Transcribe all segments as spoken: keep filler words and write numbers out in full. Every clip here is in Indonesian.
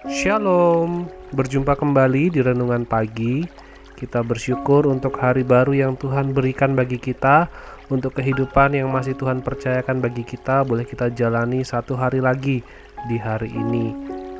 Shalom, berjumpa kembali di Renungan Pagi. Kita bersyukur untuk hari baru yang Tuhan berikan bagi kita, untuk kehidupan yang masih Tuhan percayakan bagi kita, boleh kita jalani satu hari lagi di hari ini.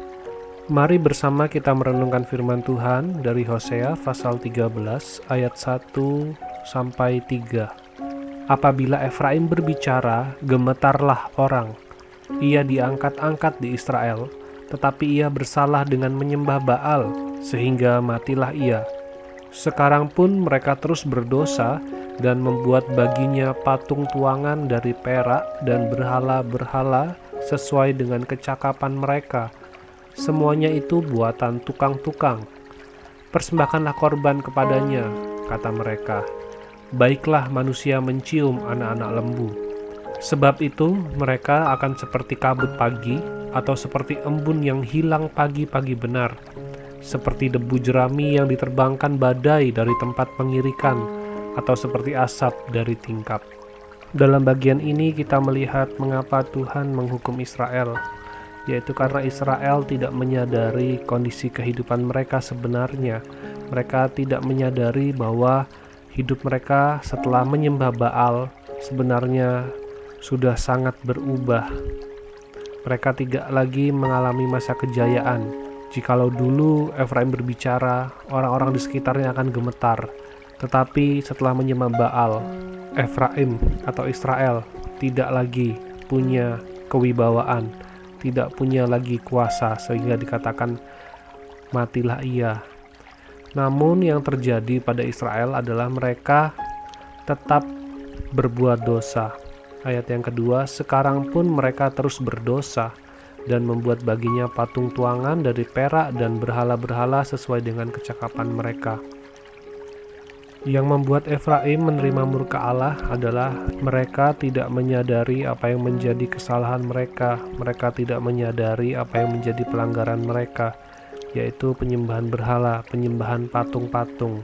Mari bersama kita merenungkan firman Tuhan dari Hosea pasal tiga belas ayat satu sampai tiga. Apabila Efraim berbicara, gemetarlah orang. Ia diangkat-angkat di Israel, tetapi ia bersalah dengan menyembah Baal, sehingga matilah ia. Sekarang pun mereka terus berdosa dan membuat baginya patung tuangan dari perak dan berhala-berhala sesuai dengan kecakapan mereka. Semuanya itu buatan tukang-tukang. Persembahkanlah korban kepadanya, kata mereka. Baiklah manusia mencium anak-anak lembu. Sebab itu mereka akan seperti kabut pagi, atau seperti embun yang hilang pagi-pagi benar, seperti debu jerami yang diterbangkan badai dari tempat pengirikan, atau seperti asap dari tingkap. Dalam bagian ini kita melihat mengapa Tuhan menghukum Israel, yaitu karena Israel tidak menyadari kondisi kehidupan mereka sebenarnya. Mereka tidak menyadari bahwa hidup mereka setelah menyembah Baal sebenarnya sudah sangat berubah. Mereka tidak lagi mengalami masa kejayaan. Jikalau dulu Efraim berbicara, orang-orang di sekitarnya akan gemetar. Tetapi setelah menyembah Baal, Efraim atau Israel tidak lagi punya kewibawaan, tidak punya lagi kuasa, sehingga dikatakan matilah ia. Namun yang terjadi pada Israel adalah mereka tetap berbuat dosa. Ayat yang kedua, sekarang pun mereka terus berdosa dan membuat baginya patung tuangan dari perak dan berhala-berhala sesuai dengan kecakapan mereka. Yang membuat Efraim menerima murka Allah adalah mereka tidak menyadari apa yang menjadi kesalahan mereka. Mereka tidak menyadari apa yang menjadi pelanggaran mereka, yaitu penyembahan berhala, penyembahan patung-patung.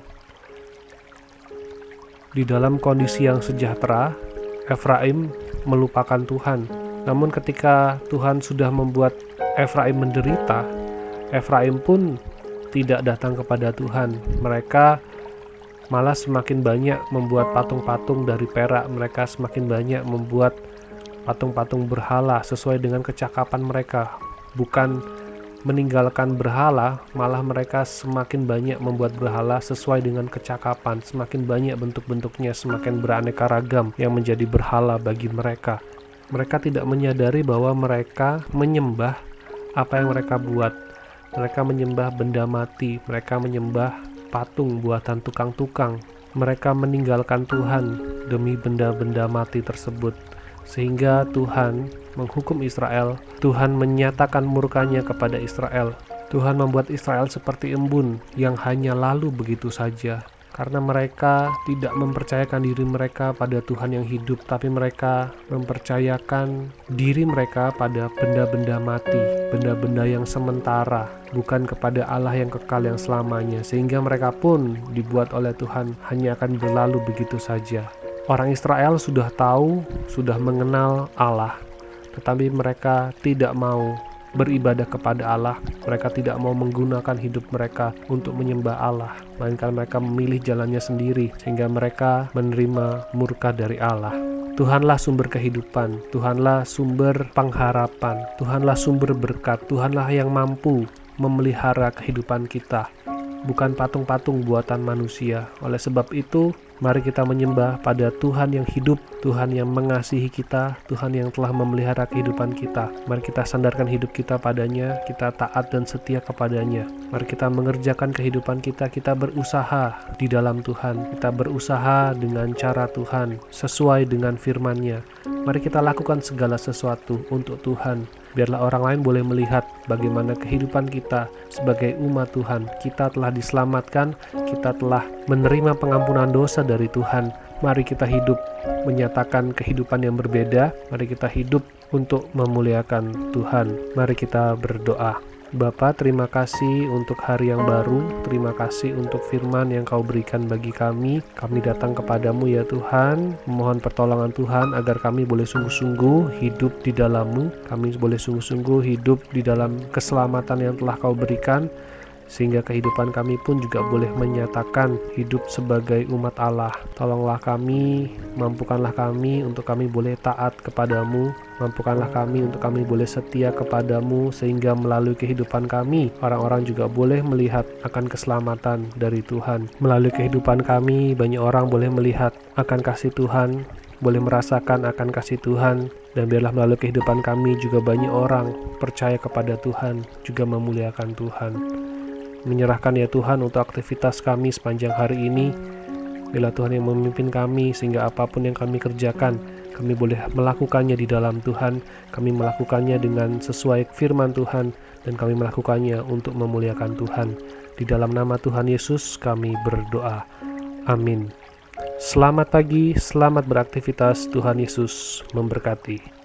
Di dalam kondisi yang sejahtera, Efraim melupakan Tuhan. Namun ketika Tuhan sudah membuat Efraim menderita, Efraim pun tidak datang kepada Tuhan. Mereka malah semakin banyak membuat patung-patung dari perak. Mereka semakin banyak membuat patung-patung berhala sesuai dengan kecakapan mereka. Bukan meninggalkan berhala, malah mereka semakin banyak membuat berhala sesuai dengan kecakapan. Semakin banyak bentuk-bentuknya, semakin beraneka ragam yang menjadi berhala bagi mereka. Mereka tidak menyadari bahwa mereka menyembah apa yang mereka buat. Mereka menyembah benda mati, mereka menyembah patung buatan tukang-tukang. Mereka meninggalkan Tuhan demi benda-benda mati tersebut. Sehingga Tuhan menghukum Israel. Tuhan menyatakan murkanya kepada Israel. Tuhan membuat Israel seperti embun yang hanya lalu begitu saja. Karena mereka tidak mempercayakan diri mereka pada Tuhan yang hidup, tapi mereka mempercayakan diri mereka pada benda-benda mati, benda-benda yang sementara, bukan kepada Allah yang kekal yang selamanya. Sehingga mereka pun dibuat oleh Tuhan hanya akan berlalu begitu saja. Orang Israel sudah tahu, sudah mengenal Allah, tetapi mereka tidak mau beribadah kepada Allah. Mereka tidak mau menggunakan hidup mereka untuk menyembah Allah, melainkan mereka memilih jalannya sendiri, sehingga mereka menerima murka dari Allah. Tuhanlah sumber kehidupan, Tuhanlah sumber pengharapan, Tuhanlah sumber berkat, Tuhanlah yang mampu memelihara kehidupan kita, bukan patung-patung buatan manusia. Oleh sebab itu, mari kita menyembah pada Tuhan yang hidup, Tuhan yang mengasihi kita, Tuhan yang telah memelihara kehidupan kita. Mari kita sandarkan hidup kita padanya, kita taat dan setia kepadanya. Mari kita mengerjakan kehidupan kita, kita berusaha di dalam Tuhan, kita berusaha dengan cara Tuhan, sesuai dengan firman-Nya. Mari kita lakukan segala sesuatu untuk Tuhan. Biarlah orang lain boleh melihat bagaimana kehidupan kita sebagai umat Tuhan. Kita telah diselamatkan, kita telah menerima pengampunan dosa dari Tuhan. Mari kita hidup menyatakan kehidupan yang berbeda. Mari kita hidup untuk memuliakan Tuhan. Mari kita berdoa. Bapa, terima kasih untuk hari yang baru, terima kasih untuk firman yang Kau berikan bagi kami. Kami datang kepadamu ya Tuhan, memohon pertolongan Tuhan agar kami boleh sungguh-sungguh hidup di dalam-Mu. Kami boleh sungguh-sungguh hidup di dalam keselamatan yang telah Kau berikan, sehingga kehidupan kami pun juga boleh menyatakan hidup sebagai umat Allah. Tolonglah kami, mampukanlah kami untuk kami boleh taat kepadamu, mampukanlah kami untuk kami boleh setia kepadamu, sehingga melalui kehidupan kami, orang-orang juga boleh melihat akan keselamatan dari Tuhan. Melalui kehidupan kami, banyak orang boleh melihat akan kasih Tuhan, boleh merasakan akan kasih Tuhan, dan biarlah melalui kehidupan kami juga banyak orang percaya kepada Tuhan, juga memuliakan Tuhan. Menyerahkan ya Tuhan untuk aktivitas kami sepanjang hari ini. Biarlah Tuhan yang memimpin kami, sehingga apapun yang kami kerjakan, kami boleh melakukannya di dalam Tuhan. Kami melakukannya dengan sesuai firman Tuhan, dan kami melakukannya untuk memuliakan Tuhan. Di dalam nama Tuhan Yesus kami berdoa. Amin. Selamat pagi, selamat beraktivitas. Tuhan Yesus memberkati.